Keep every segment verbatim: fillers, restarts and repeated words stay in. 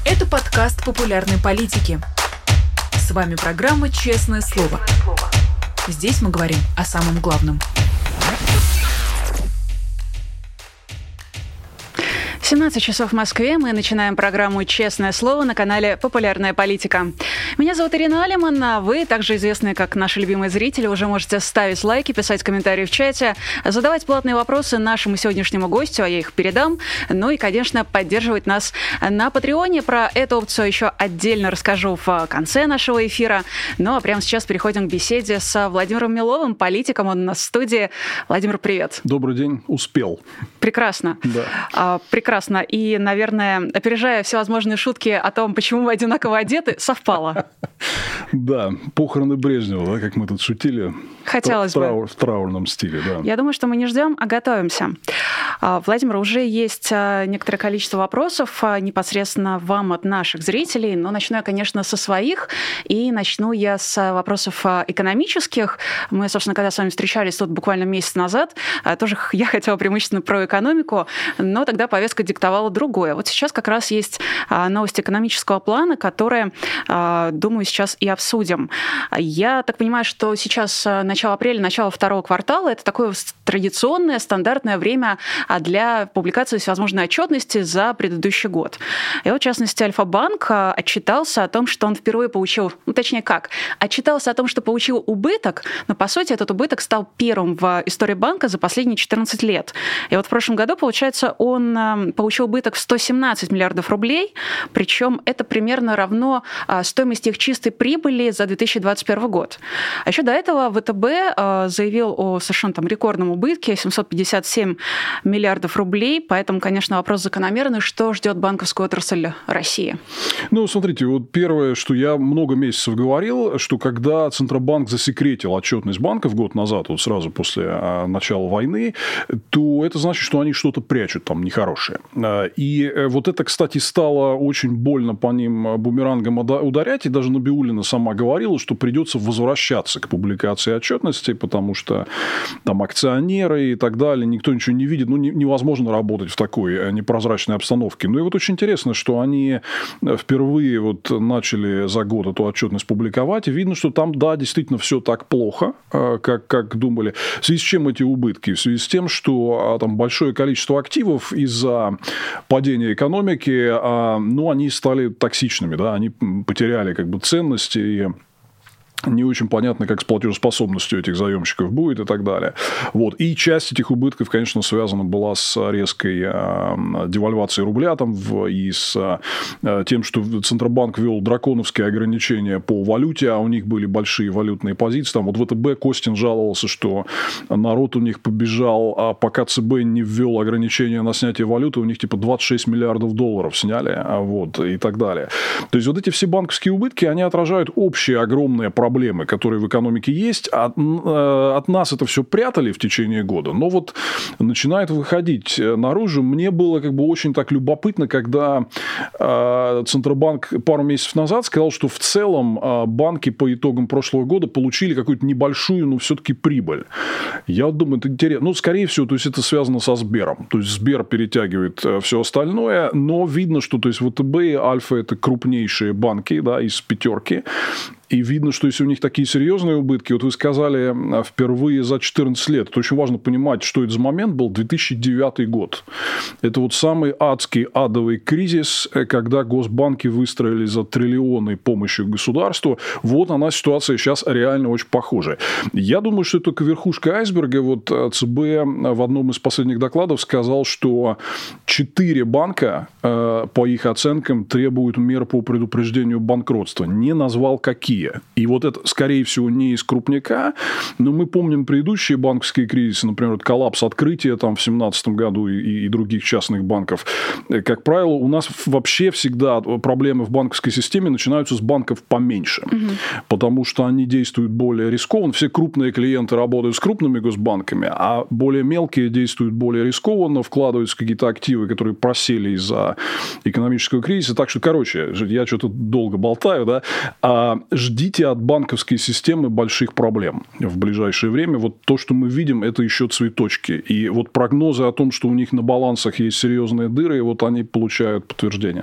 Это подкаст популярной политики. С вами программа «Честное слово». Здесь мы говорим о самом главном. семнадцать часов в Москве. Мы начинаем программу «Честное слово» на канале «Популярная политика». Меня зовут Ирина Алиман, а вы, также известные как наши любимые зрители, уже можете ставить лайки, писать комментарии в чате, задавать платные вопросы нашему сегодняшнему гостю, а я их передам. Ну и, конечно, поддерживать нас на Патреоне. Про эту опцию еще отдельно расскажу в конце нашего эфира. Ну а прямо сейчас переходим к беседе с Владимиром Миловым, политиком. Он у нас в студии. Владимир, привет. Добрый день. Успел. Прекрасно. Да. А, прекрасно. И, наверное, опережая всевозможные шутки о том, почему мы одинаково одеты, совпало. Да, похороны Брежнева, да, как мы тут шутили. Хотелось бы. В траурном стиле, да. Я думаю, что мы не ждем, а готовимся. Владимир, уже есть некоторое количество вопросов непосредственно вам от наших зрителей, но начну я, конечно, со своих, и начну я с вопросов экономических. Мы, собственно, когда с вами встречались тут буквально месяц назад, тоже я хотела преимущественно про экономику, но тогда повестка диктовала другое. Вот сейчас как раз есть новость экономического плана, которые, думаю, сейчас и обсудим. Я так понимаю, что сейчас начало апреля, начало второго квартала — это такое традиционное, стандартное время для публикации всевозможной отчетности за предыдущий год. И вот, в частности, Альфа-банк отчитался о том, что он впервые получил, ну, точнее как, отчитался о том, что получил убыток, но, по сути, этот убыток стал первым в истории банка за последние четырнадцать лет. И вот в прошлом году, получается, он получил убыток в сто семнадцать миллиардов рублей, причем это примерно равно стоимости их чистой прибыли за две тысячи двадцать первый год. А еще до этого ВТБ заявил о совершенно там рекордном убытке семьсот пятьдесят семь миллиардов рублей, поэтому, конечно, вопрос закономерный, что ждет банковскую отрасль России? Ну, смотрите, вот первое, что я много месяцев говорил, что когда Центробанк засекретил отчетность банков год назад, вот сразу после начала войны, то это значит, что они что-то прячут там нехорошее. И вот это, кстати, стало очень больно по ним бумерангом ударять, и даже Набиуллина сама говорила, что придется возвращаться к публикации отчетности, потому что там акционеры и так далее, никто ничего не видит, ну, невозможно работать в такой непрозрачной обстановке. Ну, и вот очень интересно, что они впервые вот начали за год эту отчетность публиковать, и видно, что там, да, действительно все так плохо, как, как думали. В связи с чем эти убытки? В связи с тем, что там большое количество активов из-за падения экономики, ну, они стали токсичными, да, они потеряли как бы ценности, и не очень понятно, как с платежеспособностью этих заемщиков будет и так далее. Вот. И часть этих убытков, конечно, связана была с резкой девальвацией рубля там, и с тем, что Центробанк ввел драконовские ограничения по валюте, а у них были большие валютные позиции. Там вот ВТБ Костин жаловался, что народ у них побежал, а пока ЦБ не ввел ограничения на снятие валюты, у них типа двадцать шесть миллиардов долларов сняли, вот, и так далее. То есть вот эти все банковские убытки, они отражают общие огромные проблемы, проблемы, которые в экономике есть. От, от нас это все прятали в течение года, но вот начинает выходить наружу. Мне было как бы очень так любопытно, когда э, Центробанк пару месяцев назад сказал, что в целом э, банки по итогам прошлого года получили какую-то небольшую, но все-таки прибыль. Я вот думаю, это интересно. Ну, скорее всего, то есть это связано со Сбером. То есть Сбер перетягивает все остальное, но видно, что то есть ВТБ и Альфа — это крупнейшие банки, да, из пятерки. И видно, что если у них такие серьезные убытки, вот вы сказали, впервые за четырнадцать лет, это очень важно понимать, что это за момент был две тысячи девятый год. Это вот самый адский, адовый кризис, когда госбанки выстроили за триллионы помощи государству. Вот она, ситуация сейчас реально очень похожая. Я думаю, что это только верхушка айсберга. Вот ЦБ в одном из последних докладов сказал, что четыре банка, по их оценкам, требуют мер по предупреждению банкротства. Не назвал, какие. И вот это, скорее всего, не из крупняка, но мы помним предыдущие банковские кризисы, например, коллапс Открытия там, в две тысячи семнадцатом году и, и других частных банков. Как правило, у нас вообще всегда проблемы в банковской системе начинаются с банков поменьше, угу. потому что они действуют более рискованно. Все крупные клиенты работают с крупными госбанками, а более мелкие действуют более рискованно, вкладываются в какие-то активы, которые просели из-за экономического кризиса. Так что, короче, я что-то долго болтаю, да, а ждите от банковской системы больших проблем в ближайшее время. Вот то, что мы видим, это еще цветочки. И вот прогнозы о том, что у них на балансах есть серьезные дыры, вот они получают подтверждение.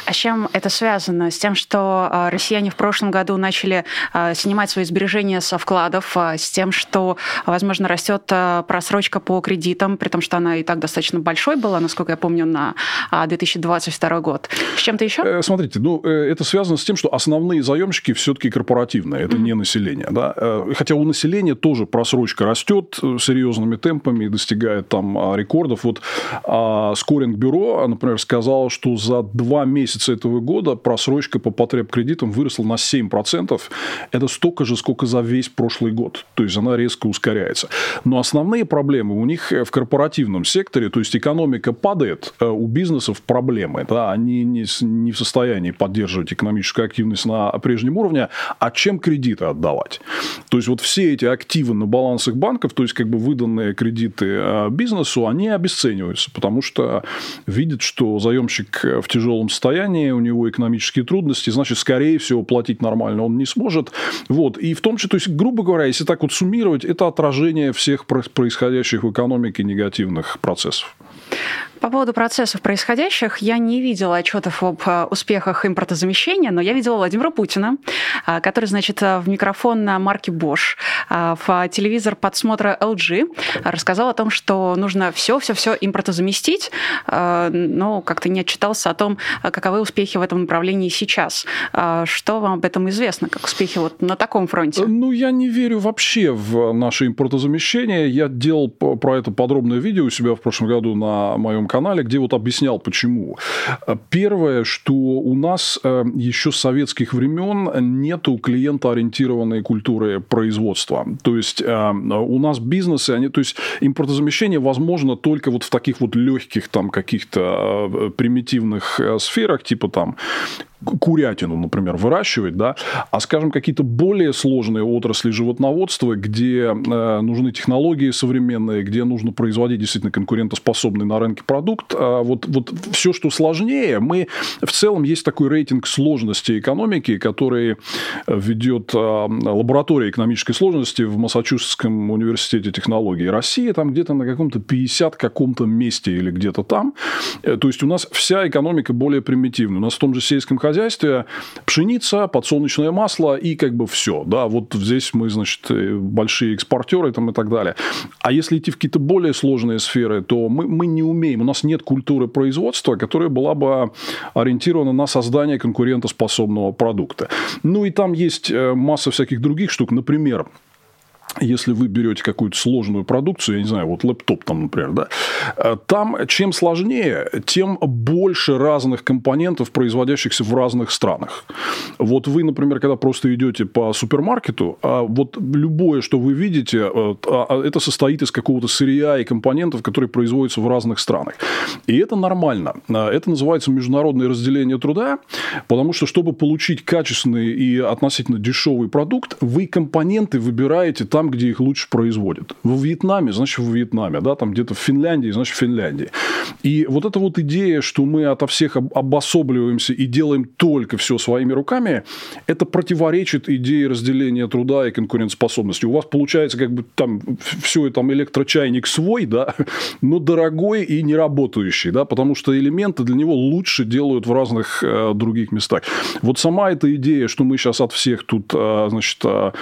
А с чем это связано? С тем, что россияне в прошлом году начали снимать свои сбережения со вкладов, с тем, что, возможно, растет просрочка по кредитам, при том, что она и так достаточно большой была, насколько я помню, на две тысячи двадцать второй год. С чем-то еще? Смотрите, ну, это связано с тем, что основные заемщики все-таки корпоративные, это mm-hmm. не население. Да? Хотя у населения тоже просрочка растет серьезными темпами и достигает там рекордов. Вот Скоринг-бюро, например, сказало, что за два месяца этого года просрочка по потребкредитам выросла на семь процентов. Это столько же, сколько за весь прошлый год. То есть она резко ускоряется. Но основные проблемы у них в корпоративном секторе, то есть экономика падает, у бизнесов проблемы. Да? Они не, не в состоянии поддерживать экономическую активность на прежнем уровне. А чем кредиты отдавать? То есть вот все эти активы на балансах банков, то есть как бы выданные кредиты бизнесу, они обесцениваются, потому что видят, что заемщик в тяжелом состоянии, у него экономические трудности, значит, скорее всего, платить нормально он не сможет. Вот. И в том числе, то есть, грубо говоря, если так вот суммировать, это отражение всех происходящих в экономике негативных процессов. По поводу процессов происходящих, я не видела отчетов об успехах импортозамещения, но я видела Владимира Путина, который, значит, в микрофон на марке Bosch, в телевизор подсмотра эл джи рассказал о том, что нужно все-все-все импортозаместить, но как-то не отчитался о том, каковы успехи в этом направлении сейчас. Что вам об этом известно, как успехи вот на таком фронте? Ну, я не верю вообще в наше импортозамещение. Я делал про это подробное видео у себя в прошлом году на моем канале, где вот объяснял, почему. Первое, что у нас еще с советских времен нету клиентоориентированной культуры производства. То есть у нас бизнесы, они, то есть импортозамещение возможно только вот в таких вот легких там каких-то примитивных сферах, типа там курятину, например, выращивать, да, а, скажем, какие-то более сложные отрасли животноводства, где э, нужны технологии современные, где нужно производить действительно конкурентоспособный на рынке продукт, а вот, вот все, что сложнее, мы в целом есть такой рейтинг сложности экономики, который ведет э, лаборатория экономической сложности в Массачусетском университете технологий. Россия там где-то на каком-то пятидесятом каком-то месте или где-то там. То есть у нас вся экономика более примитивная. У нас в том же сельском хозяйстве хозяйстве пшеница, подсолнечное масло и как бы все. Да, вот здесь мы, значит, большие экспортеры там и так далее. А если идти в какие-то более сложные сферы, то мы, мы не умеем. У нас нет культуры производства, которая была бы ориентирована на создание конкурентоспособного продукта. Ну и там есть масса всяких других штук. Например, если вы берете какую-то сложную продукцию, я не знаю, вот лэптоп там, например, да, там чем сложнее, тем больше разных компонентов, производящихся в разных странах. Вот вы, например, когда просто идете по супермаркету, вот любое, что вы видите, это состоит из какого-то сырья и компонентов, которые производятся в разных странах. И это нормально. Это называется международное разделение труда, потому что, чтобы получить качественный и относительно дешевый продукт, вы компоненты выбираете там, где их лучше производят. Во Вьетнаме, значит, в Вьетнаме, да, там где-то в Финляндии, значит, в Финляндии. И вот эта вот идея, что мы ото всех обособливаемся и делаем только все своими руками, это противоречит идее разделения труда и конкурентоспособности. У вас получается как бы там все, там электрочайник свой, да, но дорогой и не работающий, да, потому что элементы для него лучше делают в разных э, других местах. Вот сама эта идея, что мы сейчас от всех тут, э, значит,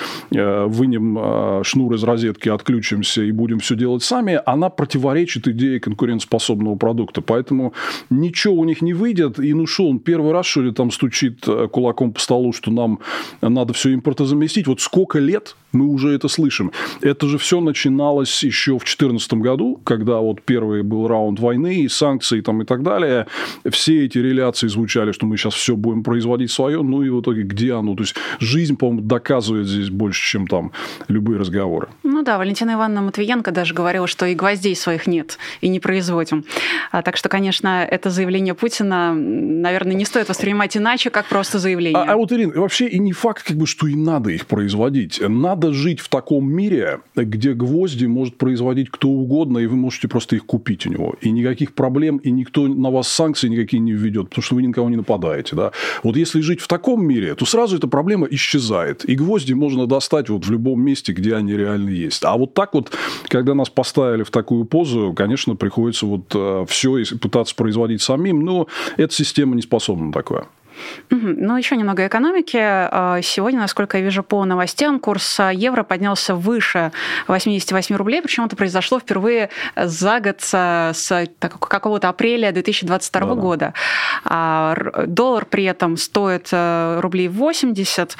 э, вынем э, шнур из розетки, отключимся и будем все делать сами, она противоречит идее конкурентоспособного продукта. Поэтому ничего у них не выйдет. И ну что, он первый раз, что ли, там стучит кулаком по столу, что нам надо все импортозаместить. Вот сколько лет мы уже это слышим. Это же все начиналось еще в две тысячи четырнадцатом году, когда вот первый был раунд войны, и санкции там, и так далее. Все эти реляции звучали, что мы сейчас все будем производить свое. Ну и в итоге где оно? То есть жизнь, по-моему, доказывает здесь больше, чем там любые разговоры. Ну да, Валентина Ивановна Матвиенко даже говорила, что и гвоздей своих нет, и не производим. А, так что, конечно, это заявление Путина, наверное, не стоит воспринимать иначе, как просто заявление. А, а вот, Ирина, вообще и не факт, как бы, что и надо их производить. Надо жить в таком мире, где гвозди может производить кто угодно, и вы можете просто их купить у него. И никаких проблем, и никто на вас санкции никакие не введет, потому что вы ни на кого не нападаете. Да? Вот если жить в таком мире, то сразу эта проблема исчезает. И гвозди можно достать вот в любом месте, где где они реально есть. А вот так вот, когда нас поставили в такую позу, конечно, приходится вот все пытаться производить самим, но эта система не способна на такое. Ну, еще немного экономики. Сегодня, насколько я вижу по новостям, курс евро поднялся выше восемьдесят восемь рублей, причем это произошло впервые за год с какого-то апреля две тысячи двадцать второго да, года. А доллар при этом стоит рублей восемьдесят.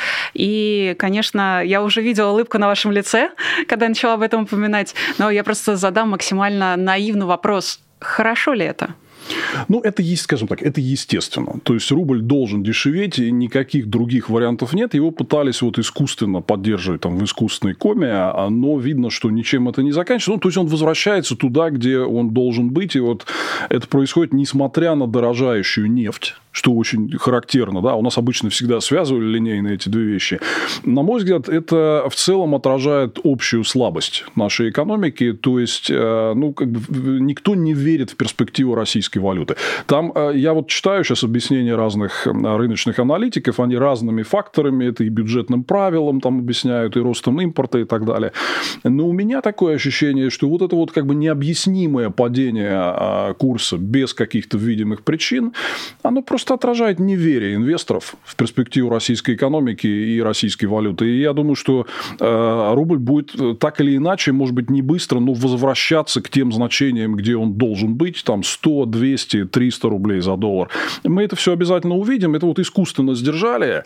И, конечно, я уже видела улыбку на вашем лице, когда я начала об этом упоминать, но я просто задам максимально наивный вопрос. Хорошо ли это? Ну, это есть, скажем так, это естественно. То есть рубль должен дешеветь, и никаких других вариантов нет. Его пытались вот искусственно поддерживать там, в искусственной коме, но видно, что ничем это не заканчивается. Ну, то есть он возвращается туда, где он должен быть. И вот это происходит несмотря на дорожающую нефть, что очень характерно. Да? У нас обычно всегда связывали линейно эти две вещи. На мой взгляд, это в целом отражает общую слабость нашей экономики. То есть, ну, как бы никто не верит в перспективу российской валюты. Там я вот читаю сейчас объяснения разных рыночных аналитиков, они разными факторами, это и бюджетным правилам там объясняют, и ростом импорта и так далее. Но у меня такое ощущение, что вот это вот как бы необъяснимое падение курса без каких-то видимых причин, оно просто отражает неверие инвесторов в перспективу российской экономики и российской валюты. И я думаю, что рубль будет так или иначе, может быть, не быстро, но возвращаться к тем значениям, где он должен быть, там сто, двести, триста рублей за доллар. Мы это все обязательно увидим. Это вот искусственно сдержали.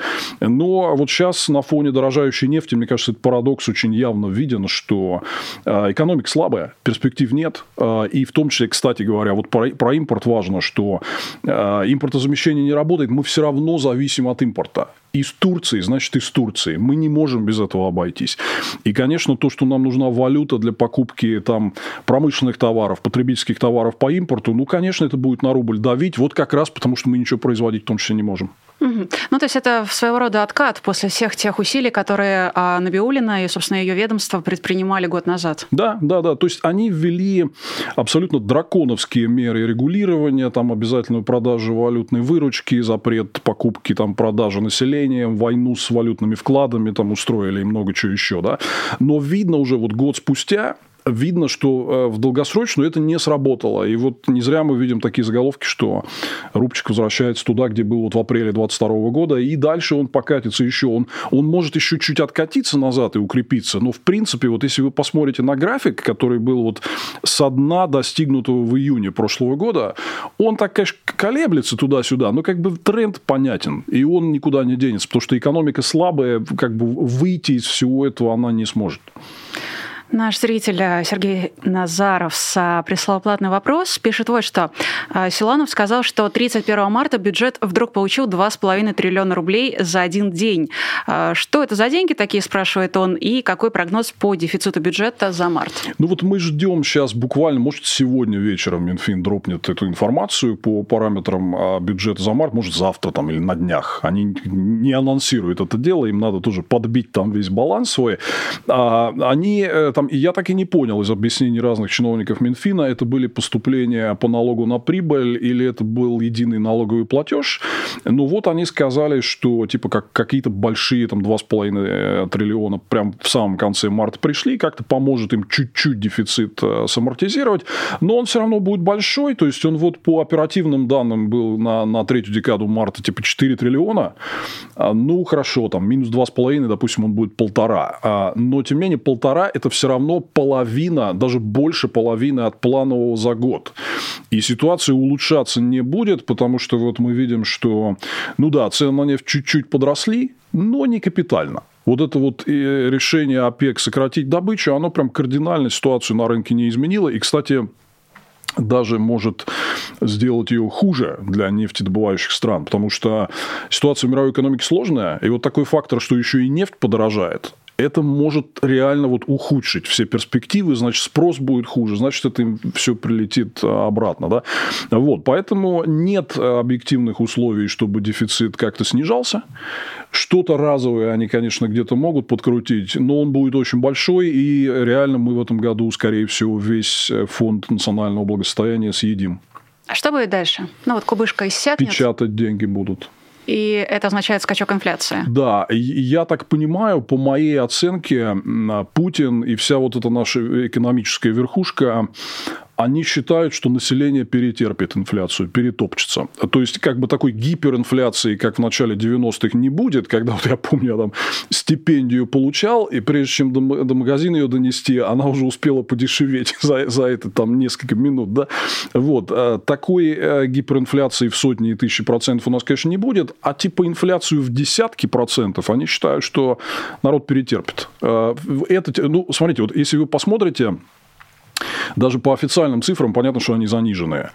Но вот сейчас на фоне дорожающей нефти, мне кажется, этот парадокс очень явно виден, что экономика слабая, перспектив нет. И в том числе, кстати говоря, вот про, про импорт важно, что импортозамещение не работает, мы все равно зависим от импорта. Из Турции, значит, из Турции. Мы не можем без этого обойтись. И, конечно, то, что нам нужна валюта для покупки там, промышленных товаров, потребительских товаров по импорту, ну, конечно, это будет на рубль давить, вот как раз потому, что мы ничего производить в том числе не можем. Угу. Ну, то есть это своего рода откат после всех тех усилий, которые Набиуллина и, собственно, ее ведомство предпринимали год назад. Да, да, да. То есть они ввели абсолютно драконовские меры регулирования, там обязательную продажу валютной выручки, запрет покупки, там, продажи населением, войну с валютными вкладами, там устроили и много чего еще, да. Но видно уже вот год спустя, видно, что в долгосрочную это не сработало. И вот не зря мы видим такие заголовки, что рубчик возвращается туда, где был вот в апреле двадцать второго года, и дальше он покатится еще. Он, он может еще чуть откатиться назад и укрепиться. Но, в принципе, вот если вы посмотрите на график, который был вот со дна, достигнутого в июне прошлого года, он так, конечно, колеблется туда-сюда, но как бы тренд понятен, и он никуда не денется, потому что экономика слабая, как бы выйти из всего этого она не сможет. Наш зритель Сергей Назаров прислал платный вопрос. Пишет вот что. Силуанов сказал, что тридцать первого марта бюджет вдруг получил два с половиной триллиона рублей за один день. Что это за деньги такие, спрашивает он, и какой прогноз по дефициту бюджета за март? Ну вот мы ждем сейчас буквально, может, сегодня вечером Минфин дропнет эту информацию по параметрам бюджета за март, может, завтра там или на днях. Они не анонсируют это дело, им надо тоже подбить там весь баланс свой. Они... Там, и я так и не понял из объяснений разных чиновников Минфина, это были поступления по налогу на прибыль или это был единый налоговый платеж. Ну, вот они сказали, что типа как, какие-то большие там два с половиной триллиона прям в самом конце марта пришли, как-то поможет им чуть-чуть дефицит самортизировать, но он все равно будет большой, то есть он вот по оперативным данным был на, на третью декаду марта типа четыре триллиона, ну, хорошо, там минус два с половиной, допустим, он будет полтора, но тем не менее полтора это все равно половина, даже больше половины от планового за год. И ситуация улучшаться не будет, потому что вот мы видим, что, ну да, цены на нефть чуть-чуть подросли, но не капитально. Вот это вот решение ОПЕК сократить добычу, оно прям кардинально ситуацию на рынке не изменило. И, кстати, даже может сделать ее хуже для нефтедобывающих стран, потому что ситуация в мировой экономике сложная, и вот такой фактор, что еще и нефть подорожает, это может реально вот ухудшить все перспективы, значит, спрос будет хуже, значит, это им все прилетит обратно. Да? Вот, поэтому нет объективных условий, чтобы дефицит как-то снижался. Что-то разовое они, конечно, где-то могут подкрутить, но он будет очень большой, и реально мы в этом году, скорее всего, весь фонд национального благосостояния съедим. А что будет дальше? Ну, вот кубышка иссякнет. Печатать деньги будут. И это означает скачок инфляции. Да, я так понимаю, по моей оценке, Путин и вся вот эта наша экономическая верхушка, они считают, что население перетерпит инфляцию, перетопчется. То есть, как бы такой гиперинфляции, как в начале девяностых, не будет, когда, вот я помню, я там стипендию получал, и прежде чем до, до магазина ее донести, она уже успела подешеветь за, за это там несколько минут. Да? Вот. Такой гиперинфляции в сотни и тысячи процентов у нас, конечно, не будет, а типа инфляцию в десятки процентов они считают, что народ перетерпит. Это, ну, смотрите, вот если вы посмотрите, даже по официальным цифрам понятно, что они заниженные.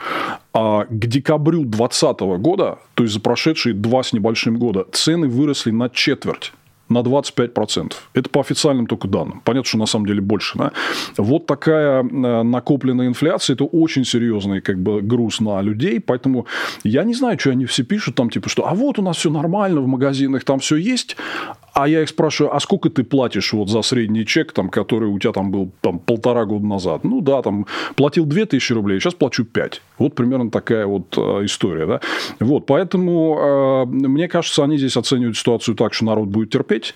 А к декабрю двадцатого года, то есть за прошедшие два с небольшим года, цены выросли на четверть. На двадцать пять процентов. Это по официальным только данным. Понятно, что на самом деле больше. Да? Вот такая накопленная инфляция – это очень серьезный как бы, груз на людей. Поэтому я не знаю, что они все пишут, там, типа, что а вот у нас все нормально в магазинах, там все есть. А я их спрашиваю, а сколько ты платишь вот за средний чек, там, который у тебя там был там, полтора года назад? Ну да, там платил две тысячи рублей, сейчас плачу пять. Вот примерно такая вот э, история. Да? Вот, поэтому э, мне кажется, они здесь оценивают ситуацию так, что народ будет терпеть.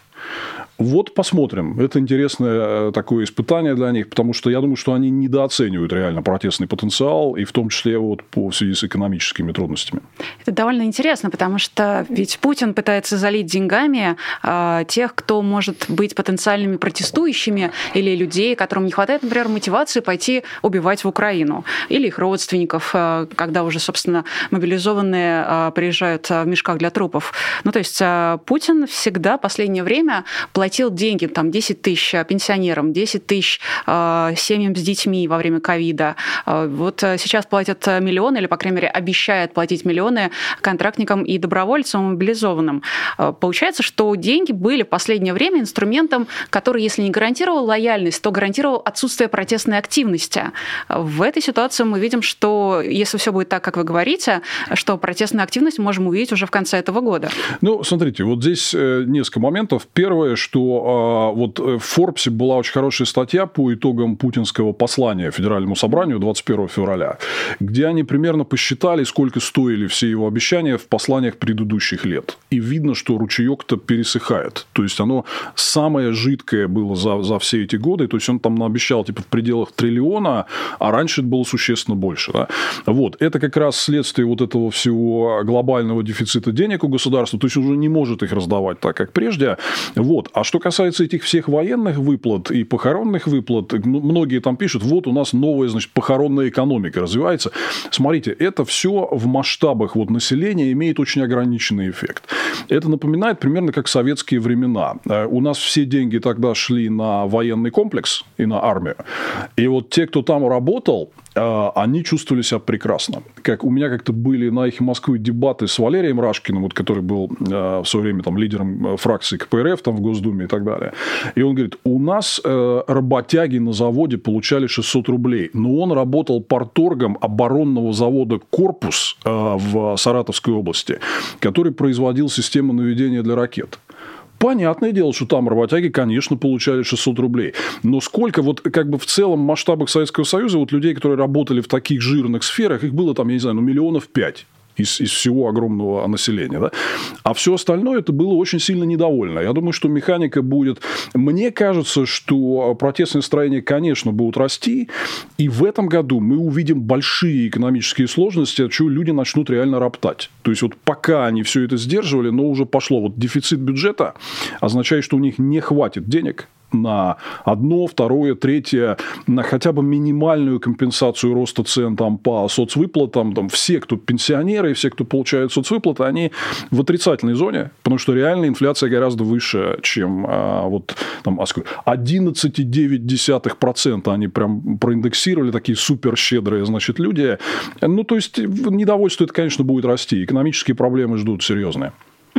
Вот посмотрим. Это интересное такое испытание для них, потому что я думаю, что они недооценивают реально протестный потенциал, и в том числе вот по, в связи с экономическими трудностями. Это довольно интересно, потому что ведь Путин пытается залить деньгами э, тех, кто может быть потенциальными протестующими, или людей, которым не хватает, например, мотивации пойти убивать в Украину, или их родственников, э, когда уже, собственно, мобилизованные э, приезжают в мешках для трупов. Ну, то есть э, Путин всегда в последнее время платил деньги, там, десять тысяч пенсионерам, десять тысяч э, семьям с детьми во время ковида. Э, вот сейчас платят миллионы, или, по крайней мере, обещает платить миллионы контрактникам и добровольцам мобилизованным. Э, получается, что деньги были в последнее время инструментом, который, если не гарантировал лояльность, то гарантировал отсутствие протестной активности. В этой ситуации мы видим, что если все будет так, как вы говорите, что протестную активность можем увидеть уже в конце этого года. Ну, смотрите, вот здесь несколько моментов. Первое, что э, вот в Форбсе была очень хорошая статья по итогам путинского послания Федеральному собранию двадцать первого февраля, где они примерно посчитали, сколько стоили все его обещания в посланиях предыдущих лет. И видно, что ручеек-то пересыхает. То есть, оно самое жидкое было за, за все эти годы. То есть, он там наобещал типа в пределах триллиона, а раньше это было существенно больше. Да? Вот. Это как раз следствие вот этого всего глобального дефицита денег у государства. То есть, уже не может их раздавать так, как прежде. Вот. А что касается этих всех военных выплат и похоронных выплат, многие там пишут, вот у нас новая, значит, похоронная экономика развивается. Смотрите, это все в масштабах вот населения имеет очень ограниченный эффект. Это напоминает примерно как советские времена. У нас все деньги тогда шли на военный комплекс и на армию. И вот те, кто там работал, они чувствовали себя прекрасно. Как у меня как-то были на «Эхе Москвы» дебаты с Валерием Рашкиным, вот, который был в свое время там, лидером фракции ка пэ эр эф там, в Госдуме и так далее. И он говорит, у нас работяги на заводе получали шестьсот рублей, но он работал парторгом оборонного завода «Корпус» в Саратовской области, который производил систему наведения для ракет. Понятное дело, что там работяги, конечно, получали шестьсот рублей. Но сколько вот как бы в целом масштабах Советского Союза вот людей, которые работали в таких жирных сферах, их было там, я не знаю, ну, миллионов пять. Из, из всего огромного населения. Да? А все остальное это было очень сильно недовольно. Я думаю, что механика будет... Мне кажется, что протестные настроения, конечно, будут расти. И в этом году мы увидим большие экономические сложности, от чего люди начнут реально роптать. То есть, вот пока они все это сдерживали, но уже пошло. Вот дефицит бюджета означает, что у них не хватит денег на одно, второе, третье, на хотя бы минимальную компенсацию роста цен там, по соцвыплатам. Там, все, кто пенсионеры, и все, кто получают соцвыплаты, они в отрицательной зоне, потому что реальная инфляция гораздо выше, чем а, вот, там, одиннадцать целых девять десятых процента они прям проиндексировали, такие суперщедрые, значит, люди. Ну, то есть, недовольство это, конечно, будет расти. Экономические проблемы ждут серьезные. Угу.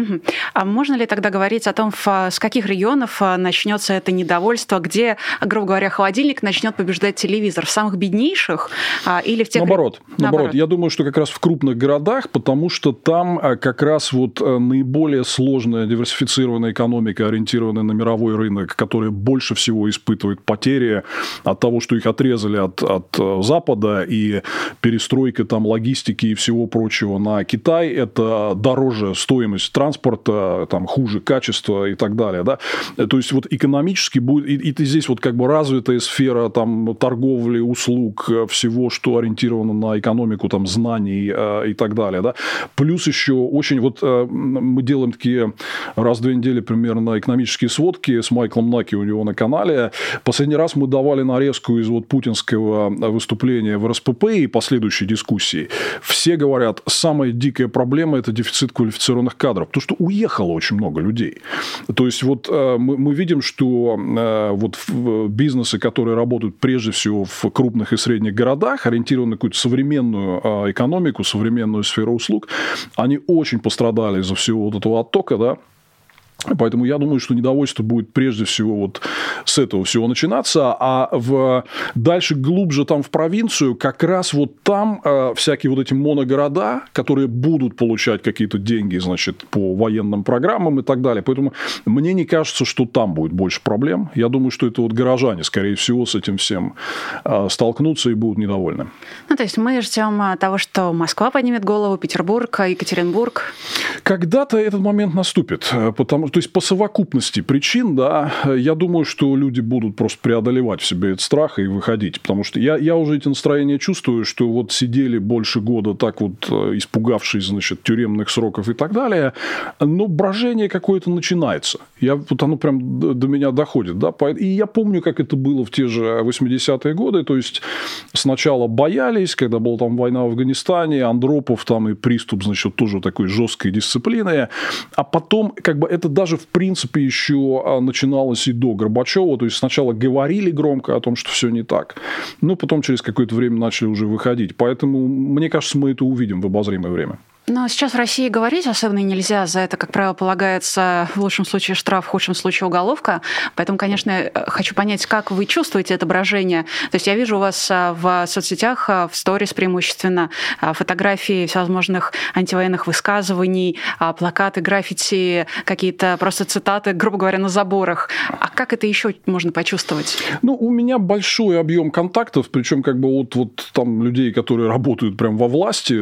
Угу. А можно ли тогда говорить о том, с каких регионов начнется это недовольство, где, грубо говоря, холодильник начнет побеждать телевизор? В самых беднейших или в тех... Наоборот. Наоборот. Наоборот. Я думаю, что как раз в крупных городах, потому что там как раз вот наиболее сложная диверсифицированная экономика, ориентированная на мировой рынок, которая больше всего испытывает потери от того, что их отрезали от, от Запада, и перестройка там логистики и всего прочего на Китай, это дороже стоимость транспорта, там, хуже качество и так далее. Да? То есть, вот экономически будет... И, и здесь вот как бы развитая сфера там, торговли, услуг, всего, что ориентировано на экономику, там, знаний э, и так далее. Да? Плюс еще очень... Вот э, мы делаем такие раз в две недели примерно экономические сводки с Майклом Наки у него на канале. Последний раз мы давали нарезку из вот путинского выступления в эр эс пэ пэ и последующей дискуссии. Все говорят, самая дикая проблема – это дефицит квалифицированных кадров. Потому что уехало очень много людей. То есть, вот мы, мы видим, что вот бизнесы, которые работают прежде всего в крупных и средних городах, ориентированы на какую-то современную экономику, современную сферу услуг, они очень пострадали из-за всего вот этого оттока, да. Поэтому я думаю, что недовольство будет прежде всего вот с этого всего начинаться, а в, дальше глубже там в провинцию как раз вот там э, всякие вот эти моногорода, которые будут получать какие-то деньги, значит, по военным программам и так далее. Поэтому мне не кажется, что там будет больше проблем. Я думаю, что это вот горожане, скорее всего, с этим всем э, столкнутся и будут недовольны. Ну, то есть мы ждем того, что Москва поднимет голову, Петербург, Екатеринбург. Когда-то этот момент наступит, потому что то есть, по совокупности причин, да, я думаю, что люди будут просто преодолевать в себе этот страх и выходить. Потому что я, я уже эти настроения чувствую, что вот сидели больше года так вот, испугавшись, значит, тюремных сроков и так далее, но брожение какое-то начинается. Я, вот оно прям до меня доходит. Да? И я помню, как это было в те же восьмидесятые годы. То есть, сначала боялись, когда была там война в Афганистане, Андропов там и приступ, значит, тоже такой жесткой дисциплины. А потом, как бы, это даже в принципе еще начиналось и до Горбачева. То есть, сначала говорили громко о том, что все не так, но потом через какое-то время начали уже выходить. Поэтому, мне кажется, мы это увидим в обозримое время. Но сейчас в России говорить особенно нельзя. За это, как правило, полагается в лучшем случае штраф, в худшем случае уголовка. Поэтому, конечно, хочу понять, как вы чувствуете это брожение. То есть я вижу у вас в соцсетях, в сторис преимущественно, фотографии всевозможных антивоенных высказываний, плакаты, граффити, какие-то просто цитаты, грубо говоря, на заборах. А как это еще можно почувствовать? Ну, у меня большой объем контактов, причем как бы от вот, там, людей, которые работают прямо во власти,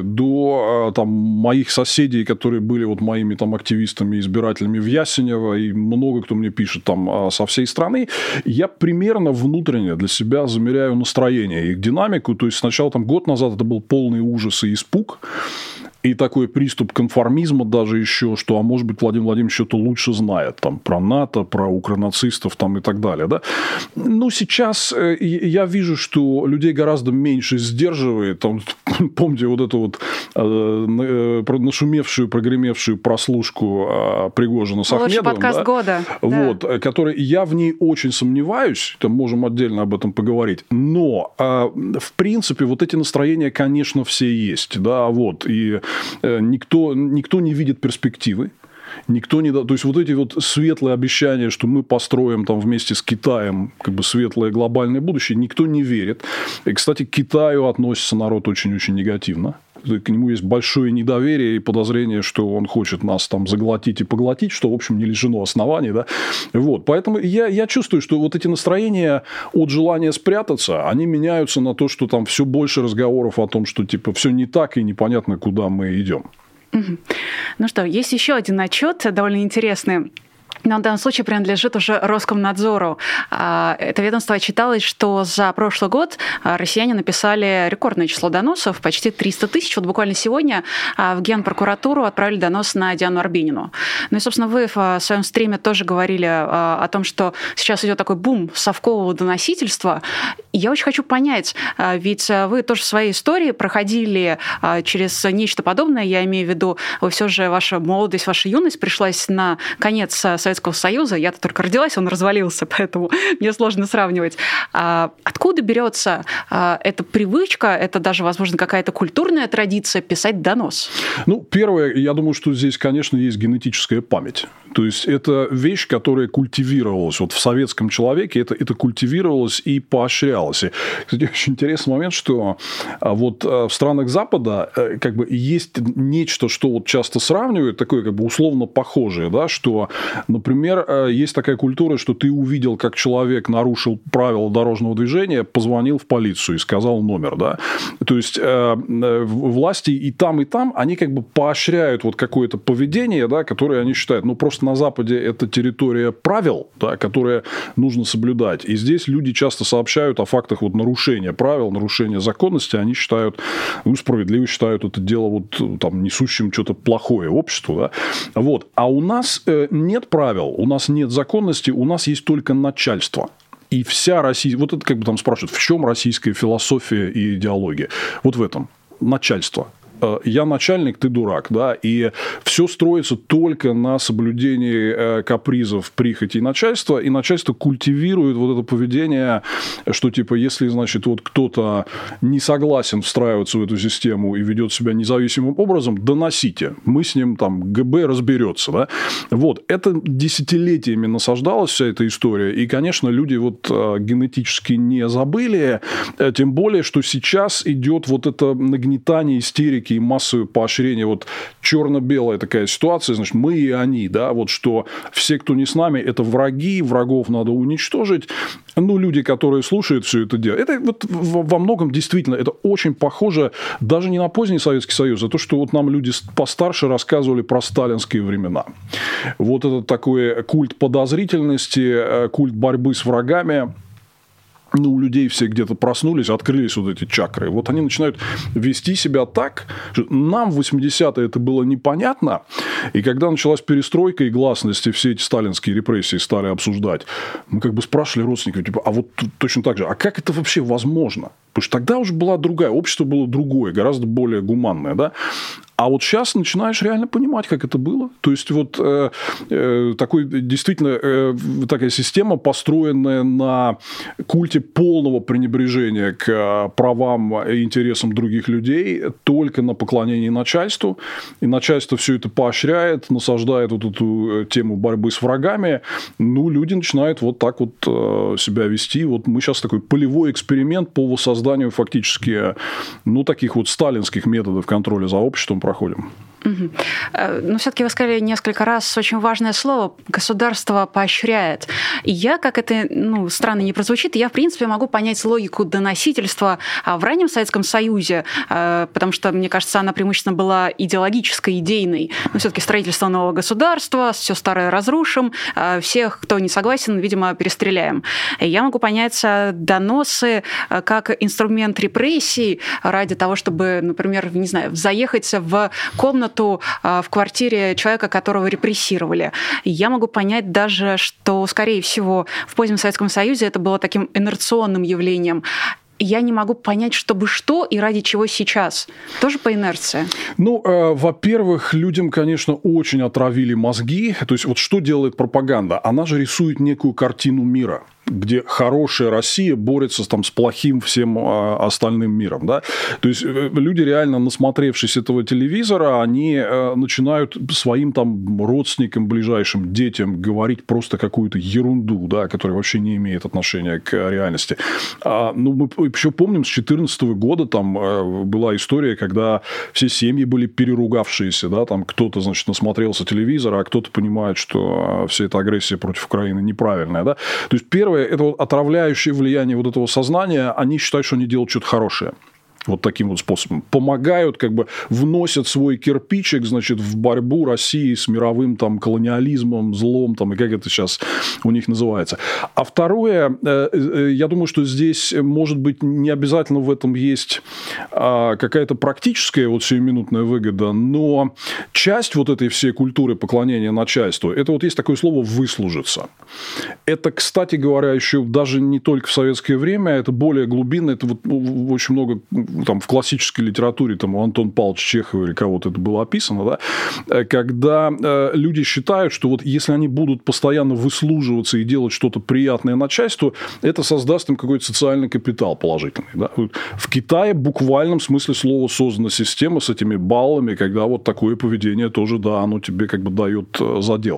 до там, моих соседей, которые были вот моими там активистами, избирателями в Ясенево, и много кто мне пишет там со всей страны, я примерно внутренне для себя замеряю настроение, их динамику. То есть, сначала там год назад это был полный ужас и испуг, и такой приступ конформизма даже еще, что, а может быть, Владимир Владимирович что-то лучше знает там, про НАТО, про укронацистов там, и так далее. Да? Ну, сейчас я вижу, что людей гораздо меньше сдерживает. Там, помните вот эту вот э, нашумевшую, прогремевшую прослушку э, Пригожина с Ахмедовым? Лучший подкаст да? года. Вот, да. который, я в ней очень сомневаюсь, там можем отдельно об этом поговорить, но, э, в принципе, вот эти настроения, конечно, все есть. Да, вот, и Никто, никто не видит перспективы. Никто не... То есть, вот эти вот светлые обещания, что мы построим там вместе с Китаем как бы светлое глобальное будущее, никто не верит. И, кстати, к Китаю относится народ очень-очень негативно. К нему есть большое недоверие и подозрение, что он хочет нас там заглотить и поглотить, что, в общем, не лишено оснований. Да? Вот. Поэтому я, я чувствую, что вот эти настроения от желания спрятаться, они меняются на то, что там все больше разговоров о том, что типа все не так и непонятно, куда мы идем. Ну что, есть еще один отчет, довольно интересный. Но в данном случае принадлежит уже Роскомнадзору. Это ведомство отчиталось, что за прошлый год россияне написали рекордное число доносов, почти триста тысяч. Вот буквально сегодня в Генпрокуратуру отправили донос на Диану Арбенину. Ну и, собственно, вы в своем стриме тоже говорили о том, что сейчас идет такой бум совкового доносительства. Я очень хочу понять, ведь вы тоже в своей истории проходили через нечто подобное, я имею в виду, вы все же, ваша молодость, ваша юность пришлась на конец Советского Союза, я-то только родилась, он развалился, поэтому мне сложно сравнивать. Откуда берется эта привычка, это даже, возможно, какая-то культурная традиция писать донос? Ну, первое, я думаю, что здесь, конечно, есть генетическая память. То есть это вещь, которая культивировалась вот в советском человеке, это, это культивировалось и поощрялось. И, кстати, очень интересный момент, что вот в странах Запада как бы есть нечто, что вот часто сравнивают, такое как бы условно похожее, да, что, например, есть такая культура, что ты увидел, как человек нарушил правила дорожного движения, позвонил в полицию и сказал номер, да. То есть власти и там, и там, они как бы поощряют вот какое-то поведение, да, которое они считают, ну, просто на Западе это территория правил, да, которые нужно соблюдать. И здесь люди часто сообщают о фактах вот нарушения правил, нарушения законности, они считают, ну, справедливо считают это дело вот там несущим что-то плохое обществу, да. Вот. А у нас нет правил, у нас нет законности, у нас есть только начальство. И вся Россия... Вот это как бы там спрашивают, в чем российская философия и идеология? Вот в этом. Начальство. Я начальник, ты дурак, да, и все строится только на соблюдении капризов, прихотей начальства, и начальство культивирует вот это поведение, что типа, если, значит, вот кто-то не согласен встраиваться в эту систему и ведет себя независимым образом, доносите, мы с ним там ГБ разберется, да, вот, это десятилетиями насаждалась вся эта история, и, конечно, люди вот генетически не забыли, тем более, что сейчас идет вот это нагнетание истерики и массовое поощрение, вот черно-белая такая ситуация, значит, мы и они, да, вот что все, кто не с нами, это враги, врагов надо уничтожить, ну, люди, которые слушают все это дело, это вот во многом действительно, это очень похоже даже не на поздний Советский Союз, а то, что вот нам люди постарше рассказывали про сталинские времена. Вот это такой культ подозрительности, культ борьбы с врагами. Ну, у людей все где-то проснулись, открылись вот эти чакры. Вот они начинают вести себя так, что нам в восьмидесятые это было непонятно. И когда началась перестройка и гласность, и все эти сталинские репрессии стали обсуждать, мы как бы спрашивали родственников, типа, а вот точно так же, а как это вообще возможно? Потому что тогда уже была другая, общество было другое, гораздо более гуманное, да? А вот сейчас начинаешь реально понимать, как это было. То есть, вот э, э, такой, действительно э, такая система, построенная на культе полного пренебрежения к правам и интересам других людей, только на поклонении начальству. И начальство все это поощряет, насаждает вот эту тему борьбы с врагами. Ну, люди начинают вот так вот э, себя вести. Вот мы сейчас такой полевой эксперимент по воссозданию фактически, ну, таких вот сталинских методов контроля за обществом проходим. Угу. Но все-таки вы сказали несколько раз очень важное слово – государство поощряет. И я, как это ну, странно не прозвучит, я, в принципе, могу понять логику доносительства в раннем Советском Союзе, потому что, мне кажется, она преимущественно была идеологической, идейной. Но все-таки строительство нового государства, все старое разрушим, всех, кто не согласен, видимо, перестреляем. И я могу понять доносы как инструмент репрессий ради того, чтобы, например, не знаю, заехать в комнату в квартире человека, которого репрессировали. Я могу понять даже, что, скорее всего, в позднем Советском Союзе это было таким инерционным явлением. Я не могу понять, чтобы что и ради чего сейчас. Тоже по инерции. Ну, э, во-первых, людям, конечно, очень отравили мозги. То есть, вот что делает пропаганда? Она же рисует некую картину мира, где хорошая Россия борется там, с плохим всем остальным миром. Да? То есть, люди, реально насмотревшись этого телевизора, они начинают своим там, родственникам, ближайшим детям говорить просто какую-то ерунду, да, которая вообще не имеет отношения к реальности. А, ну, мы еще помним, с две тысячи четырнадцатого года там была история, когда все семьи были переругавшиеся. Да? Там кто-то, значит, насмотрелся телевизора, а кто-то понимает, что вся эта агрессия против Украины неправильная. Да? То есть, первое, это вот отравляющее влияние вот этого сознания, они считают, что они делают что-то хорошее. Вот таким вот способом. Помогают, как бы вносят свой кирпичик, значит, в борьбу России с мировым там колониализмом, злом, там, и как это сейчас у них называется. А второе, я думаю, что здесь, может быть, не обязательно в этом есть какая-то практическая вот сиюминутная выгода, но часть вот этой всей культуры поклонения начальству, это вот есть такое слово «выслужиться». Это, кстати говоря, еще даже не только в советское время, это более глубинно, это вот очень много там, в классической литературе, там, у Антона Павловича Чехова или кого-то это было описано, да, когда э, люди считают, что вот если они будут постоянно выслуживаться и делать что-то приятное начальству, это создаст им какой-то социальный капитал положительный. Да. В Китае в буквальном смысле слова создана система с этими баллами, когда вот такое поведение тоже, да, оно тебе как бы дает задел.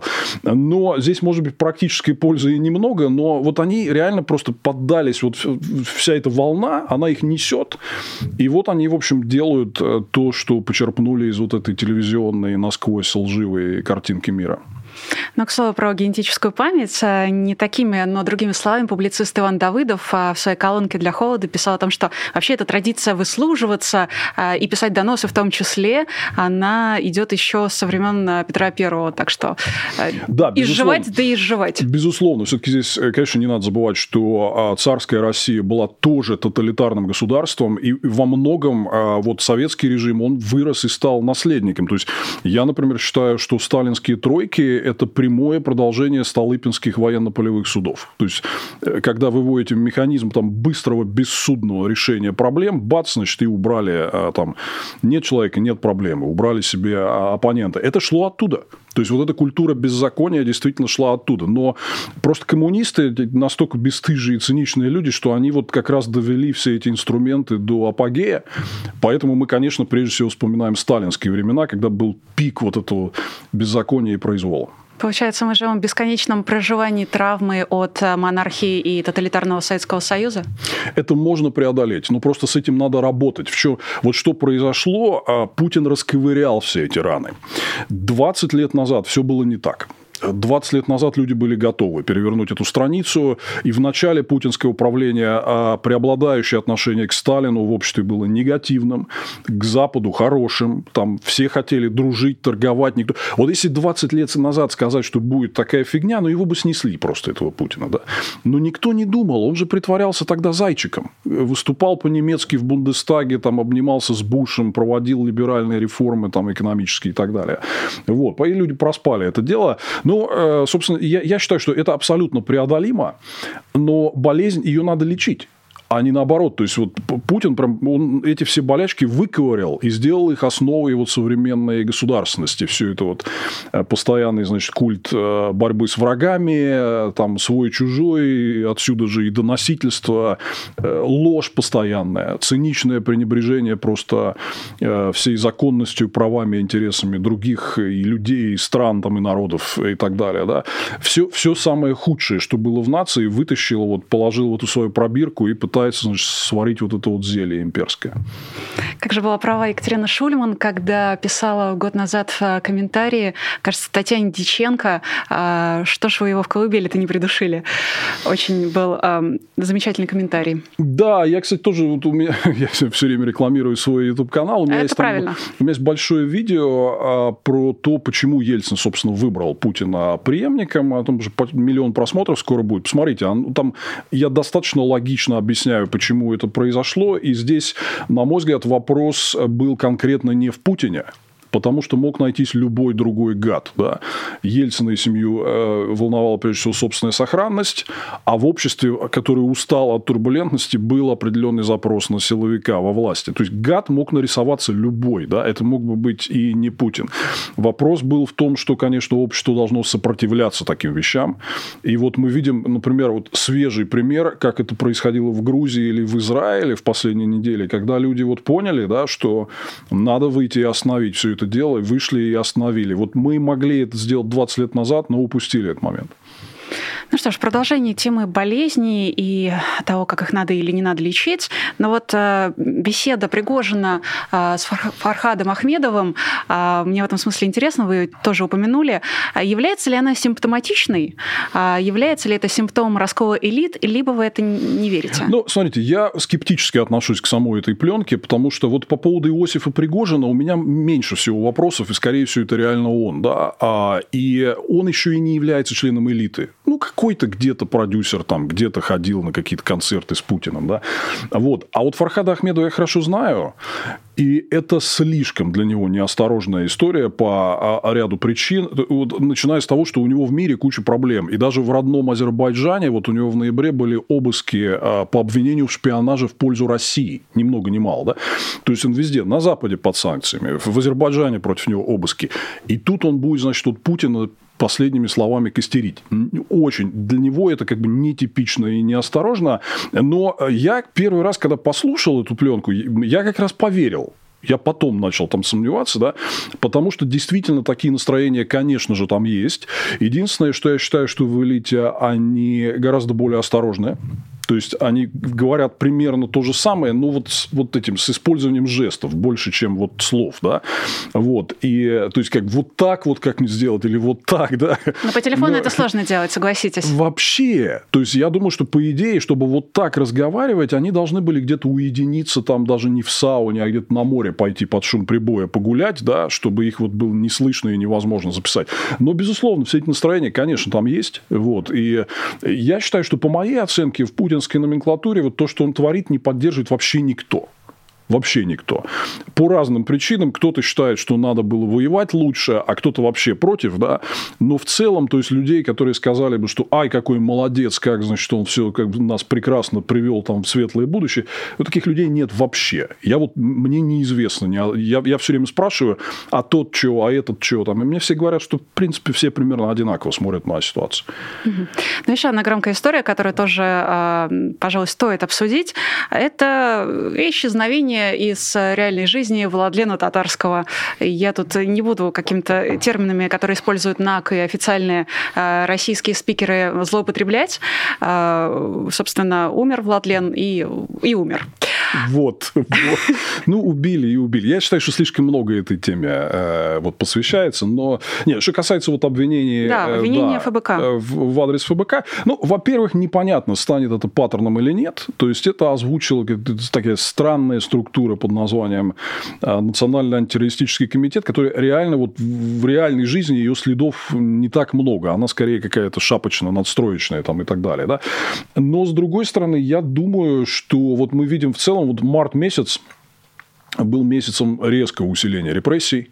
Но здесь, может быть, практической пользы и немного, но вот они реально просто поддались, вот вся эта волна, она их несет. И вот они, в общем, делают то, что почерпнули из вот этой телевизионной насквозь лживой картинки мира. Но, к слову, про генетическую память, не такими, но другими словами, публицист Иван Давыдов в своей колонке «Для холода» писал о том, что вообще эта традиция выслуживаться и писать доносы в том числе, она идет еще со времен Петра Первого. Так что да, изживать, да и изживать. Безусловно. Все-таки здесь, конечно, не надо забывать, что царская Россия была тоже тоталитарным государством, и во многом вот советский режим, он вырос и стал наследником. То есть я, например, считаю, что сталинские тройки – это прямое продолжение столыпинских военно-полевых судов. То есть, когда вы вводите механизм там, быстрого, бессудного решения проблем, бац, значит, и убрали, там, нет человека, нет проблемы, убрали себе оппонента. Это шло оттуда. То есть, вот эта культура беззакония действительно шла оттуда. Но просто коммунисты настолько бесстыжие и циничные люди, что они вот как раз довели все эти инструменты до апогея. Поэтому мы, конечно, прежде всего вспоминаем сталинские времена, когда был пик вот этого беззакония и произвола. Получается, мы живем в бесконечном проживании травмы от монархии и тоталитарного Советского Союза? Это можно преодолеть, но просто с этим надо работать. Что, вот что произошло, Путин расковырял все эти раны. двадцать лет назад все было не так. двадцать лет назад люди были готовы перевернуть эту страницу, и в начале путинского правления преобладающее отношение к Сталину в обществе было негативным, к Западу хорошим, там все хотели дружить, торговать. Никто... Вот если двадцать лет назад сказать, что будет такая фигня, ну его бы снесли просто, этого Путина. Да? Но никто не думал, он же притворялся тогда зайчиком, выступал по-немецки в Бундестаге, там, обнимался с Бушем, проводил либеральные реформы там, экономические и так далее. Вот. И люди проспали это дело. Ну, собственно, я, я считаю, что это абсолютно преодолимо, но болезнь, ее надо лечить. А не наоборот. То есть, вот Путин прям, он эти все болячки выковырял и сделал их основой вот современной государственности. Все это вот постоянный, значит, культ борьбы с врагами, там, свой-чужой, отсюда же и доносительство, ложь постоянная, циничное пренебрежение просто всей законностью, правами, интересами других и людей, и стран, там, и народов, и так далее. Да? Все, все самое худшее, что было в нации, вытащил, вот, положил в эту свою пробирку и пытался пытается, значит, сварить вот это вот зелье имперское. Как же была права Екатерина Шульман, когда писала год назад в комментарии, кажется, Татьяне Дьяченко, что ж вы его в колыбели-то не придушили. Очень был э, замечательный комментарий. Да, я, кстати, тоже, вот у меня, я все время рекламирую свой YouTube-канал. У меня Это есть правильно. Там, у меня есть большое видео про то, почему Ельцин, собственно, выбрал Путина преемником. А там же миллион просмотров скоро будет. Посмотрите, там я достаточно логично объясняю, почему это произошло. И здесь, на мой взгляд, вопрос был конкретно не в Путине, потому что мог найтись любой другой гад. Да? Ельцина и семью э, волновала, прежде всего, собственная сохранность, а в обществе, которое устало от турбулентности, был определенный запрос на силовика во власти. То есть, гад мог нарисоваться любой. Да? Это мог бы быть и не Путин. Вопрос был в том, что, конечно, общество должно сопротивляться таким вещам. И вот мы видим, например, вот свежий пример, как это происходило в Грузии или в Израиле в последние недели, когда люди вот поняли, да, что надо выйти и остановить все это дело, вышли и остановили. Вот мы могли это сделать двадцать лет назад, но упустили этот момент. Ну что ж, продолжение темы болезней и того, как их надо или не надо лечить. Но вот э, беседа Пригожина э, с Фар- Фархадом Ахмедовым, э, мне в этом смысле интересно, вы тоже упомянули, является ли она симптоматичной, э, является ли это симптомом раскола элит, либо вы это не верите? Ну, смотрите, я скептически отношусь к самой этой пленке, потому что вот по поводу Иосифа Пригожина у меня меньше всего вопросов, и, скорее всего, это реально он, да, а, и он еще и не является членом элиты. Ну, какой-то где-то продюсер там, где-то ходил на какие-то концерты с Путиным, да. Вот. А вот Фархада Ахмедова я хорошо знаю, и это слишком для него неосторожная история по ряду причин, вот, начиная с того, что у него в мире куча проблем. И даже в родном Азербайджане вот у него в ноябре были обыски по обвинению в шпионаже в пользу России. Ни много ни мало, да. То есть он везде, на Западе под санкциями, в Азербайджане против него обыски. И тут он будет, значит, вот Путина последними словами костерить. Очень. Для него это как бы нетипично и неосторожно. Но я первый раз, когда послушал эту пленку, я как раз поверил. Я потом начал там сомневаться, да, потому что действительно такие настроения, конечно же, там есть. Единственное, что я считаю, что в элите они гораздо более осторожные. То есть они говорят примерно то же самое, но вот с вот этим, с использованием жестов больше, чем вот слов, да. Вот. И, то есть, как вот так вот как не сделать, или вот так, да. Но по телефону но... это сложно делать, согласитесь. Вообще. То есть, я думаю, что, по идее, чтобы вот так разговаривать, они должны были где-то уединиться, там даже не в сауне, а где-то на море пойти под шум прибоя погулять, да, чтобы их вот было не слышно и невозможно записать. Но, безусловно, все эти настроения, конечно, там есть. Вот. И я считаю, что, по моей оценке, в Путине номенклатуре вот то, что он творит, не поддерживает вообще никто. Вообще никто. По разным причинам. Кто-то считает, что надо было воевать лучше, а кто-то вообще против, да. Но в целом, то есть, людей, которые сказали бы, что ай, какой молодец, как, значит, он все как бы нас прекрасно привел там в светлое будущее, вот таких людей нет вообще. Я вот, мне неизвестно. Я, я все время спрашиваю, а тот что, а этот что там. И мне все говорят, что, в принципе, все примерно одинаково смотрят на ситуацию. Угу. Ну, еще одна громкая история, которую тоже, пожалуй, стоит обсудить, это исчезновение из реальной жизни Владлена Татарского. Я тут не буду какими-то терминами, которые используют НАК и официальные российские спикеры, злоупотреблять. Собственно, умер Владлен и, и умер. Вот, вот. Ну, убили и убили. Я считаю, что слишком много этой теме э, вот, посвящается. Но, нет, что касается вот обвинений... Да, обвинения э, да, ФБК. В, в адрес ФБК. Ну, во-первых, непонятно, станет это паттерном или нет. То есть, это озвучила такая странная структура под названием Национальный антитеррористический комитет, который реально, вот в реальной жизни ее следов не так много. Она скорее какая-то шапочная, надстроечная там, и так далее. Да? Но, с другой стороны, я думаю, что вот мы видим в целом, вот март месяц был месяцем резкого усиления репрессий.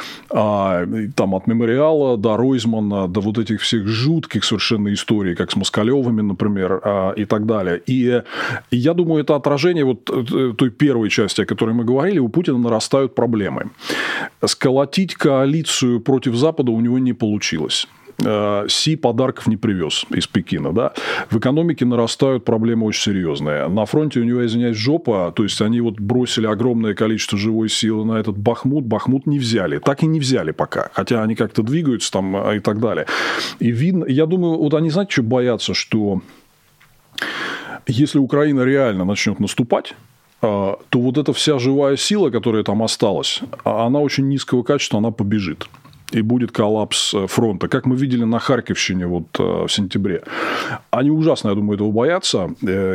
Там от Мемориала до Ройзмана, до вот этих всех жутких совершенно историй, как с Москалевыми, например, и так далее. И я думаю, это отражение вот той первой части, о которой мы говорили. У Путина нарастают проблемы. Сколотить коалицию против Запада у него не получилось. Си подарков не привез из Пекина. Да? В экономике нарастают проблемы очень серьезные. На фронте у него, извиняюсь, жопа. То есть, они вот бросили огромное количество живой силы на этот Бахмут. Бахмут не взяли. Так и не взяли пока. Хотя они как-то двигаются там и так далее. И видно, я думаю, вот они, знаете, что боятся? Что если Украина реально начнет наступать, то вот эта вся живая сила, которая там осталась, она очень низкого качества, она побежит. И будет коллапс фронта, как мы видели на Харьковщине вот в сентябре. Они ужасно, я думаю, этого боятся.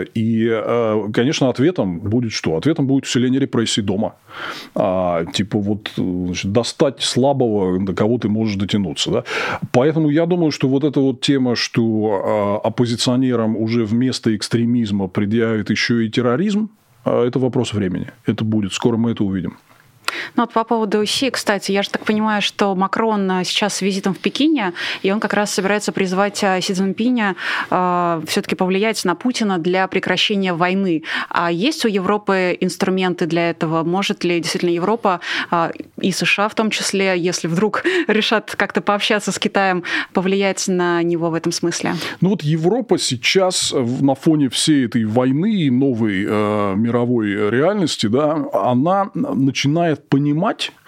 И, конечно, ответом будет что? Ответом будет усиление репрессий дома. Типа вот, значит, достать слабого, до кого ты можешь дотянуться. Да? Поэтому я думаю, что вот эта вот тема, что оппозиционерам уже вместо экстремизма предъявят еще и терроризм, это вопрос времени. Это будет. Скоро мы это увидим. Ну вот по поводу Си, кстати, я же так понимаю, что Макрон сейчас с визитом в Пекине, и он как раз собирается призвать Си Цзиньпиня э, все-таки повлиять на Путина для прекращения войны. А есть у Европы инструменты для этого? Может ли действительно Европа э, и США в том числе, если вдруг решат как-то пообщаться с Китаем, повлиять на него в этом смысле? Ну вот Европа сейчас на фоне всей этой войны и новой э, мировой реальности, да, она начинает понимать,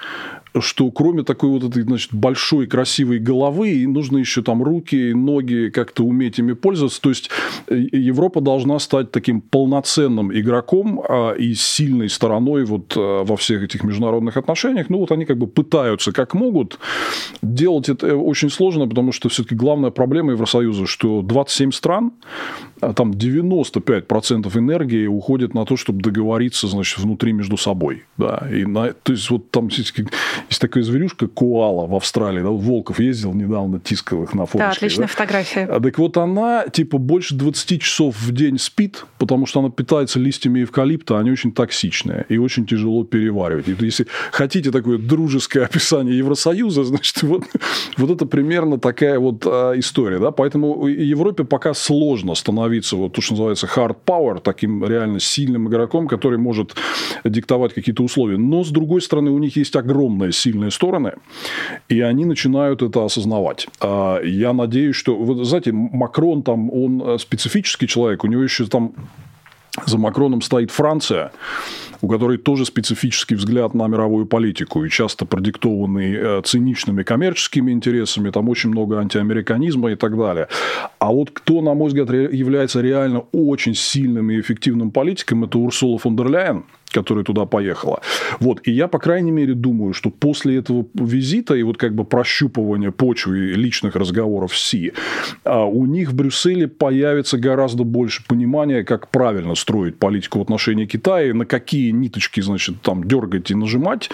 что кроме такой вот этой, значит, большой красивой головы, нужно еще там руки, ноги, как-то уметь ими пользоваться. То есть Европа должна стать таким полноценным игроком и сильной стороной вот во всех этих международных отношениях. Ну, вот они как бы пытаются как могут. Делать это очень сложно, потому что все-таки главная проблема Евросоюза, что двадцать семь стран, там девяносто пять процентов энергии уходит на то, чтобы договориться, значит, внутри между собой. Да. И на, то есть, вот там есть, есть такая зверюшка коала в Австралии. Да, Волков ездил недавно, тискал их на фоточке. Да, отличная да. фотография. Так вот, она типа больше двадцать часов в день спит, потому что она питается листьями эвкалипта, они очень токсичные и очень тяжело переваривать. И если хотите такое дружеское описание Евросоюза, значит, вот, вот это примерно такая вот а, история. Да? Поэтому Европе пока сложно становиться, вот то, что называется hard power, таким реально сильным игроком, который может диктовать какие-то условия. Но, с другой стороны, у них есть огромные сильные стороны, и они начинают это осознавать. Я надеюсь, что... Вот, знаете, Макрон там, он специфический человек, у него еще там за Макроном стоит Франция, у которой тоже специфический взгляд на мировую политику и часто продиктованный циничными коммерческими интересами, там очень много антиамериканизма и так далее. А вот кто, на мой взгляд, является реально очень сильным и эффективным политиком, это Урсула фон дер Ляйен, которая туда поехала. Вот. И я, по крайней мере, думаю, что после этого визита и вот как бы прощупывания почвы и личных разговоров с Си, у них в Брюсселе появится гораздо больше понимания, как правильно строить политику в отношении Китая, на какие ниточки, значит, там дергать и нажимать,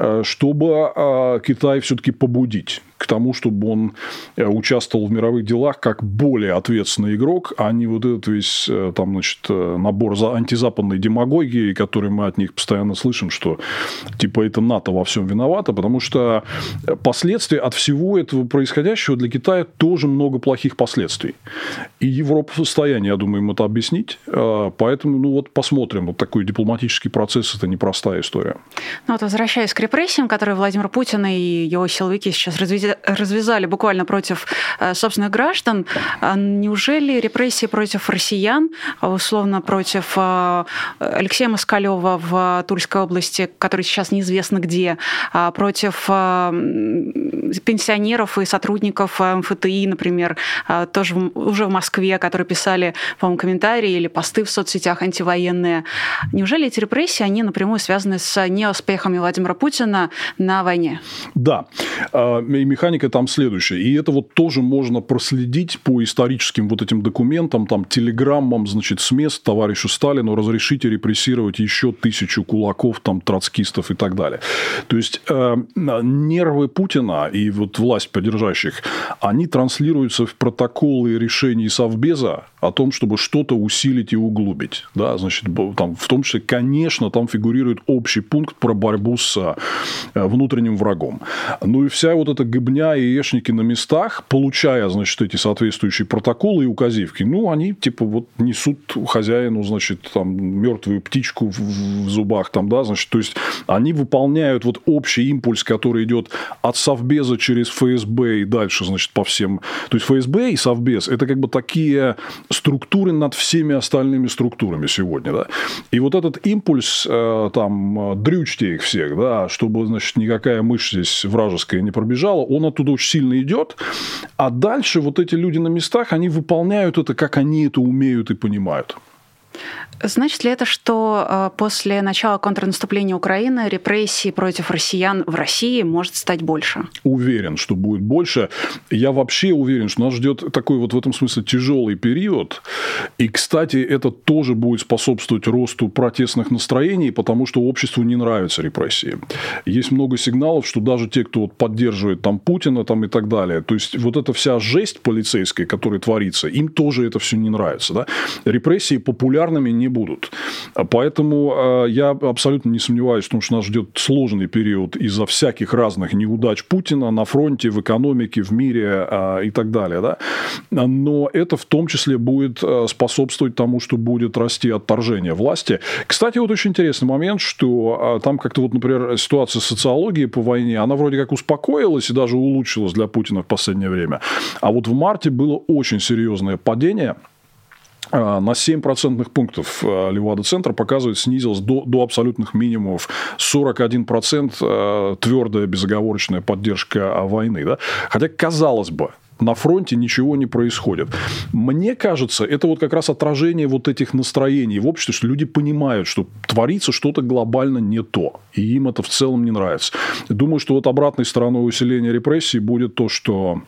чтобы Китай все-таки побудить к тому, чтобы он участвовал в мировых делах как более ответственный игрок, а не вот этот весь там, значит, набор антизападной демагогии, который мы от них постоянно слышим, что типа это НАТО во всем виновато, потому что последствия от всего этого происходящего для Китая тоже много плохих последствий. И Европа в состоянии, я думаю, им это объяснить. Поэтому, ну вот посмотрим. Вот такой дипломатический процесс – это непростая история. Ну вот, возвращаясь к репрессиям, которые Владимир Путин и его силовики сейчас развязали буквально против собственных граждан, неужели репрессии против россиян, условно против Алексея Москалева в Тульской области, который сейчас неизвестно где, против пенсионеров и сотрудников эм эф тэ и, например, тоже уже в Москве, которые писали, по-моему, комментарии или посты в соцсетях антивоенные. Неужели эти репрессии, они напрямую связаны с неуспехами Владимира Путина на войне? Да. И механика там следующая. И это вот тоже можно проследить по историческим вот этим документам, там, телеграммам, значит, с мест товарищу Сталину: разрешите репрессировать еще тысячу кулаков, там, троцкистов и так далее. То есть, э, нервы Путина и вот власть поддержащих, они транслируются в протоколы решений Совбеза о том, чтобы что-то усилить и углубить. Да? Значит, там, в том числе, конечно, там фигурирует общий пункт про борьбу с внутренним врагом. Ну и вся вот эта гыбня и ешники на местах, получая, значит, эти соответствующие протоколы и указивки, ну, они, типа, вот несут хозяину, значит, там, мертвую птичку в, в зубах, там, да, значит, то есть, они выполняют вот общий импульс, который идет от Совбеза через эф эс бэ и дальше, значит, по всем. То есть, эф эс бэ и Совбез – это как бы такие структуры над всеми остальными структурами сегодня, да. И вот этот импульс, там, дрючьте их всех, да, чтобы, значит, никакая мышь здесь вражеская не пробежала, он оттуда очень сильно идет, а дальше вот эти люди на местах, они выполняют это, как они это умеют и понимают. Значит ли это, что после начала контрнаступления Украины репрессий против россиян в России может стать больше? Уверен, что будет больше. Я вообще уверен, что нас ждет такой вот в этом смысле тяжелый период. И, кстати, это тоже будет способствовать росту протестных настроений, потому что обществу не нравятся репрессии. Есть много сигналов, что даже те, кто вот поддерживает там Путина там, и так далее, то есть вот эта вся жесть полицейская, которая творится, им тоже это все не нравится. Да? Репрессии популярными не будут. Поэтому я абсолютно не сомневаюсь в том, что нас ждет сложный период из-за всяких разных неудач Путина на фронте, в экономике, в мире и так далее. Да? Но это в том числе будет способствовать тому, что будет расти отторжение власти. Кстати, вот очень интересный момент, что там как-то вот, например, ситуация с социологией по войне, она вроде как успокоилась и даже улучшилась для Путина в последнее время. А вот в марте было очень серьезное падение. на семь процентных пунктов Левада-центр, показывает, снизилась до, до абсолютных минимумов. сорок один процент твердая безоговорочная поддержка войны. Да? Хотя, казалось бы, на фронте ничего не происходит. Мне кажется, это вот как раз отражение вот этих настроений в обществе, что люди понимают, что творится что-то глобально не то. И им это в целом не нравится. Думаю, что вот обратной стороной усиления репрессий будет то, что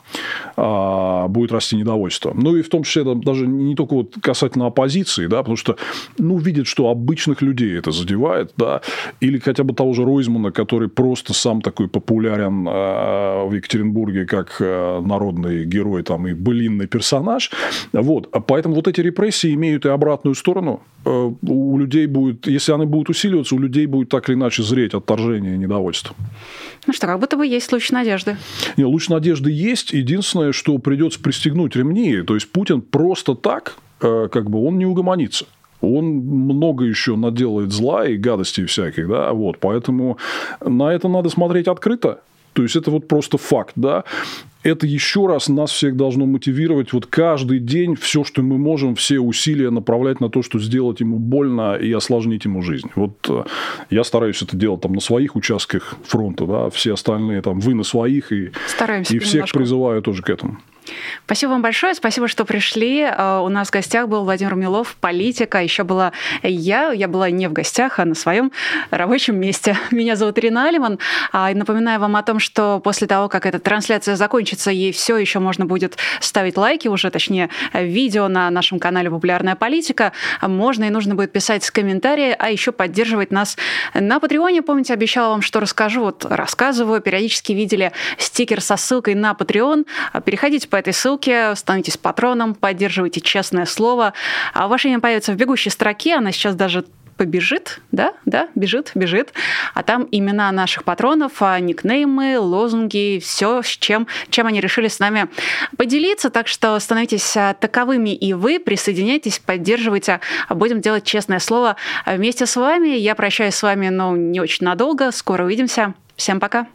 а, будет расти недовольство. Ну, и в том числе даже не только вот касательно оппозиции, да, потому что, ну, видят, что обычных людей это задевает, да, или хотя бы того же Ройзмана, который просто сам такой популярен а, в Екатеринбурге как а, народный герой там, и былинный персонаж. Вот. Поэтому вот эти репрессии имеют и обратную сторону. У людей будет, если они будут усиливаться, у людей будет так или иначе зреть отторжение и недовольство. Ну что, как будто бы есть луч надежды. Нет, луч надежды есть. Единственное, что придется пристегнуть ремни. То есть Путин просто так, как бы, он не угомонится. Он много еще наделает зла и гадостей всяких. Да? Вот. Поэтому на это надо смотреть открыто. То есть это вот просто факт, да. Это еще раз нас всех должно мотивировать вот каждый день все, что мы можем, все усилия направлять на то, что сделать ему больно и осложнить ему жизнь. Вот я стараюсь это делать там на своих участках фронта, да, все остальные там вы на своих, и, и всех немножко призываю тоже к этому. Спасибо вам большое, спасибо, что пришли. У нас в гостях был Владимир Милов, политик, а еще была я. Я была не в гостях, а на своем рабочем месте. Меня зовут Ирина Алиман. Напоминаю вам о том, что после того, как эта трансляция закончится, ей все еще можно будет ставить лайки, уже точнее видео на нашем канале «Популярная политика». Можно и нужно будет писать комментарии, а еще поддерживать нас на Патреоне. Помните, обещала вам, что расскажу. Вот рассказываю. Периодически видели стикер со ссылкой на Patreon. Переходите по этой ссылке, становитесь патроном, поддерживайте «Честное слово». А ваше имя появится в бегущей строке, она сейчас даже побежит, да, да, бежит, бежит, а там имена наших патронов, никнеймы, лозунги, все, с чем, чем они решили с нами поделиться, так что становитесь таковыми и вы, присоединяйтесь, поддерживайте, будем делать «Честное слово» вместе с вами. Я прощаюсь с вами, но не очень надолго, скоро увидимся, всем пока.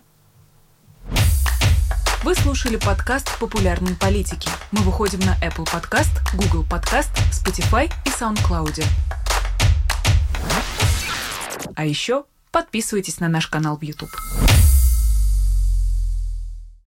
Вы слушали подкаст «Популярные политики». Мы выходим на Apple Podcast, Google Podcast, Spotify и SoundCloud. А еще подписывайтесь на наш канал в YouTube.